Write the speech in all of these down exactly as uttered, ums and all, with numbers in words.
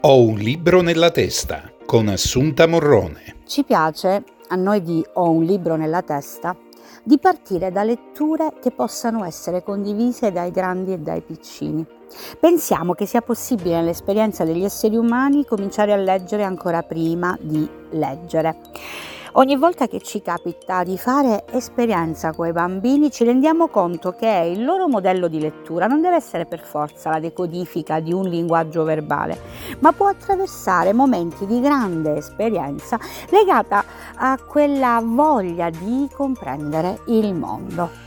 Ho un libro nella testa con Assunta Morrone. Ci piace, a noi di Ho un libro nella testa, di partire da letture che possano essere condivise dai grandi e dai piccini. Pensiamo che sia possibile nell'esperienza degli esseri umani cominciare a leggere ancora prima di leggere. Ogni volta che ci capita di fare esperienza con i bambini ci rendiamo conto che il loro modello di lettura non deve essere per forza la decodifica di un linguaggio verbale, ma può attraversare momenti di grande esperienza legata a quella voglia di comprendere il mondo.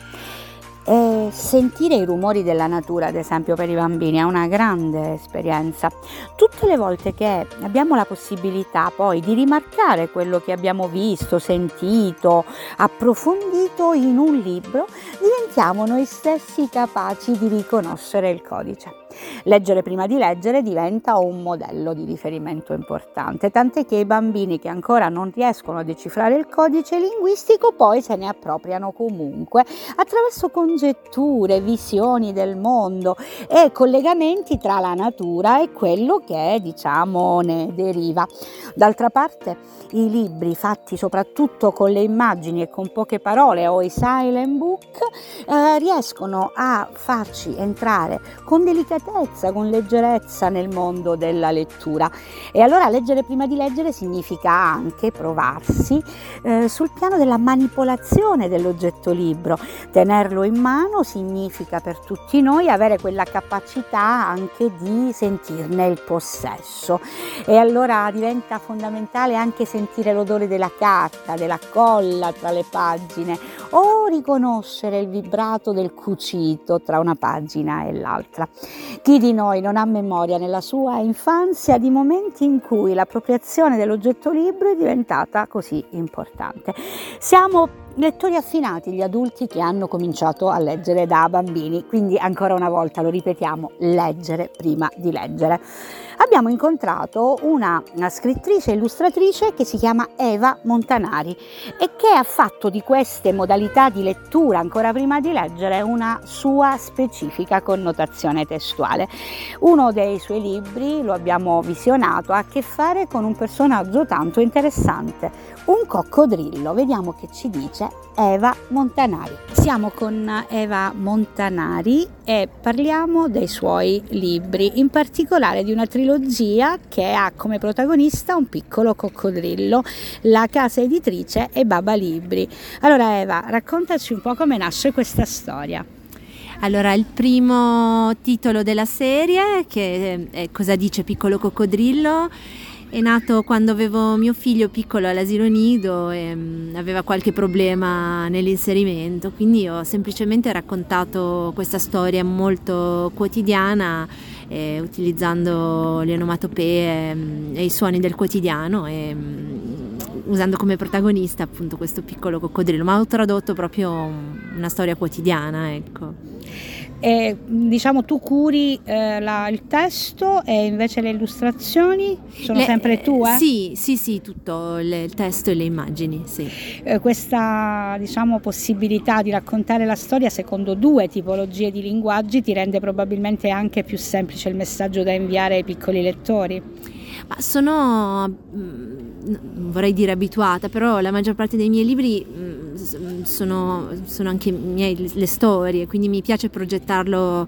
E sentire i rumori della natura, ad esempio, per i bambini è una grande esperienza. Tutte le volte che abbiamo la possibilità poi di rimarcare quello che abbiamo visto, sentito, approfondito in un libro, diventiamo noi stessi capaci di riconoscere il codice. Leggere prima di leggere diventa un modello di riferimento importante, tant'è che i bambini che ancora non riescono a decifrare il codice linguistico poi se ne appropriano comunque attraverso congetture, visioni del mondo e collegamenti tra la natura e quello che diciamo ne deriva. D'altra parte i libri fatti soprattutto con le immagini e con poche parole o i silent book eh, riescono a farci entrare con delicatezza, con leggerezza nel mondo della lettura. E allora leggere prima di leggere significa anche provarsi eh, sul piano della manipolazione dell'oggetto libro. Tenerlo in mano significa per tutti noi avere quella capacità anche di sentirne il possesso. E allora diventa fondamentale anche sentire l'odore della carta, della colla tra le pagine o riconoscere il vibrato del cucito tra una pagina e l'altra. Chi di noi non ha memoria nella sua infanzia di momenti in cui l'appropriazione dell'oggetto libro è diventata così importante? Siamo lettori affinati, gli adulti che hanno cominciato a leggere da bambini, quindi ancora una volta lo ripetiamo, leggere prima di leggere. Abbiamo incontrato una, una scrittrice e illustratrice che si chiama Eva Montanari e che ha fatto di queste modalità di lettura ancora prima di leggere una sua specifica connotazione testuale. Uno dei suoi libri, lo abbiamo visionato, ha a che fare con un personaggio tanto interessante, un coccodrillo. Vediamo che ci dice Eva Montanari. Siamo con Eva Montanari e parliamo dei suoi libri, in particolare di una trilogia che ha come protagonista un piccolo coccodrillo, la casa editrice e Baba Libri. Allora Eva, raccontaci un po' come nasce questa storia. Allora, il primo titolo della serie, che è Cosa dice piccolo coccodrillo, è nato quando avevo mio figlio piccolo all'asilo nido e um, aveva qualche problema nell'inserimento, quindi ho semplicemente raccontato questa storia molto quotidiana eh, utilizzando le onomatopee um, e i suoni del quotidiano e um, usando come protagonista appunto questo piccolo coccodrillo, ma ho tradotto proprio una storia quotidiana, ecco. E, diciamo tu curi eh, la, il testo e invece le illustrazioni sono le, sempre tue? Sì, sì, sì, tutto le, il testo e le immagini, sì. Eh, questa diciamo possibilità di raccontare la storia secondo due tipologie di linguaggi ti rende probabilmente anche più semplice il messaggio da inviare ai piccoli lettori? Ma sono, non vorrei dire abituata, però la maggior parte dei miei libri sono, sono anche miei, le storie, quindi mi piace progettarlo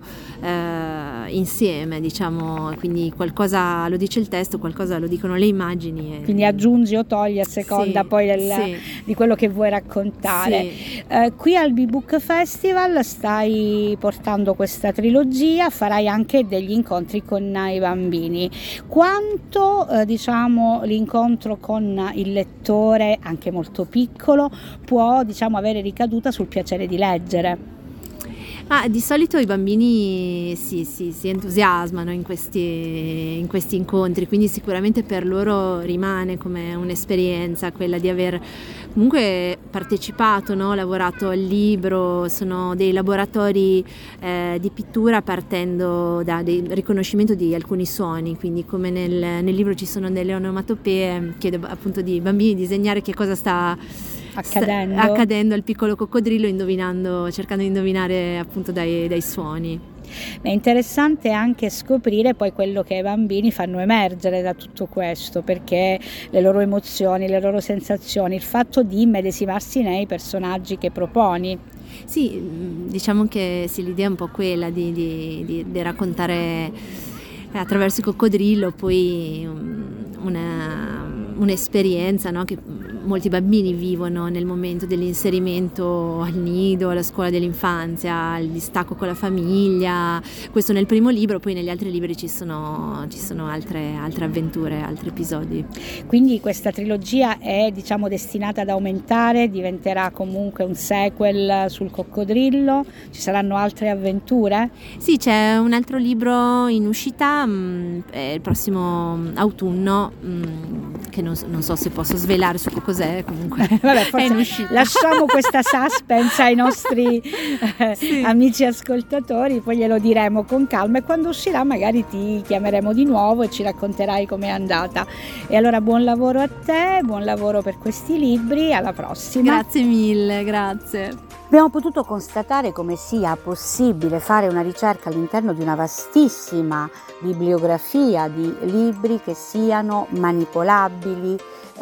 eh, insieme, diciamo, quindi qualcosa lo dice il testo, qualcosa lo dicono le immagini. E... Quindi aggiungi o togli a seconda sì, poi del, sì. di quello che vuoi raccontare. Sì. Eh, qui al B-Book Festival stai portando questa trilogia, farai anche degli incontri con i bambini. Quanto Eh, diciamo l'incontro con il lettore anche molto piccolo può diciamo avere ricaduta sul piacere di leggere? Ah, di solito i bambini sì, sì, si entusiasmano in questi, in questi incontri, quindi sicuramente per loro rimane come un'esperienza quella di aver comunque partecipato, no? Lavorato al libro, sono dei laboratori eh, di pittura partendo da del riconoscimento di alcuni suoni, quindi come nel, nel libro ci sono delle onomatopee, chiedo appunto di bambini disegnare che cosa sta accadendo, accadendo al piccolo coccodrillo, indovinando, cercando di indovinare appunto dai, dai suoni. È interessante anche scoprire poi quello che i bambini fanno emergere da tutto questo, perché le loro emozioni, le loro sensazioni, il fatto di immedesimarsi nei personaggi che proponi. Sì, diciamo che sì, l'idea è un po' quella di, di, di, di raccontare attraverso il coccodrillo poi una, un'esperienza, no? Che molti bambini vivono nel momento dell'inserimento al nido, alla scuola dell'infanzia, il distacco con la famiglia. Questo nel primo libro, poi negli altri libri ci sono, ci sono altre, altre avventure, altri episodi. Quindi questa trilogia è, diciamo, destinata ad aumentare, diventerà comunque un sequel sul coccodrillo? Ci saranno altre avventure? Sì, c'è un altro libro in uscita mh, il prossimo autunno, mh, che non, non so se posso svelare su cos'è, comunque Vabbè, forse è in uscita. Lasciamo questa suspense ai nostri eh, sì. amici ascoltatori, poi glielo diremo con calma e quando uscirà magari ti chiameremo di nuovo e ci racconterai com'è andata. E allora buon lavoro a te, buon lavoro per questi libri, alla prossima. Grazie mille, grazie. Abbiamo potuto constatare come sia possibile fare una ricerca all'interno di una vastissima bibliografia di libri che siano manipolabili eh,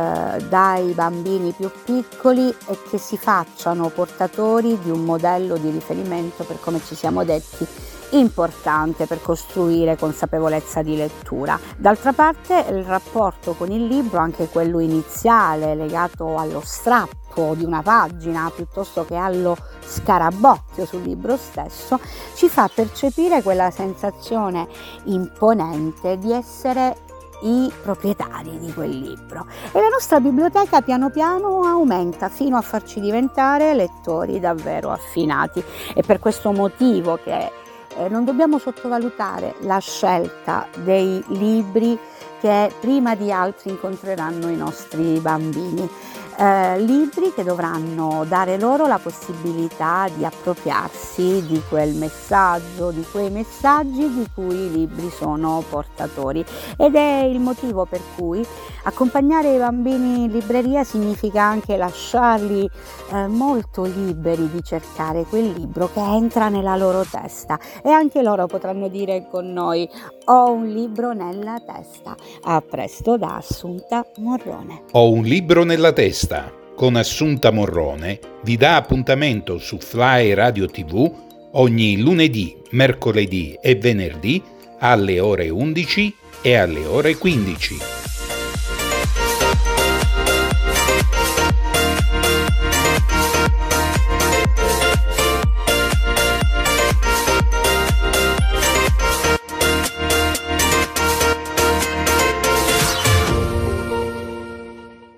dai bambini più piccoli e che si facciano portatori di un modello di riferimento, per come ci siamo detti, importante per costruire consapevolezza di lettura. D'altra parte il rapporto con il libro, anche quello iniziale legato allo strappo di una pagina piuttosto che allo scarabocchio sul libro stesso, ci fa percepire quella sensazione imponente di essere i proprietari di quel libro e la nostra biblioteca piano piano aumenta fino a farci diventare lettori davvero affinati. È per questo motivo che Eh, non dobbiamo sottovalutare la scelta dei libri che prima di altri incontreranno i nostri bambini. Eh, libri che dovranno dare loro la possibilità di appropriarsi di quel messaggio, di quei messaggi di cui i libri sono portatori. Ed è il motivo per cui accompagnare i bambini in libreria significa anche lasciarli eh, molto liberi di cercare quel libro che entra nella loro testa, e anche loro potranno dire con noi: ho un libro nella testa. A presto da Assunta Morrone. Ho un libro nella testa con Assunta Morrone vi dà appuntamento su Fly Radio tivù ogni lunedì, mercoledì e venerdì alle ore undici e alle ore quindici.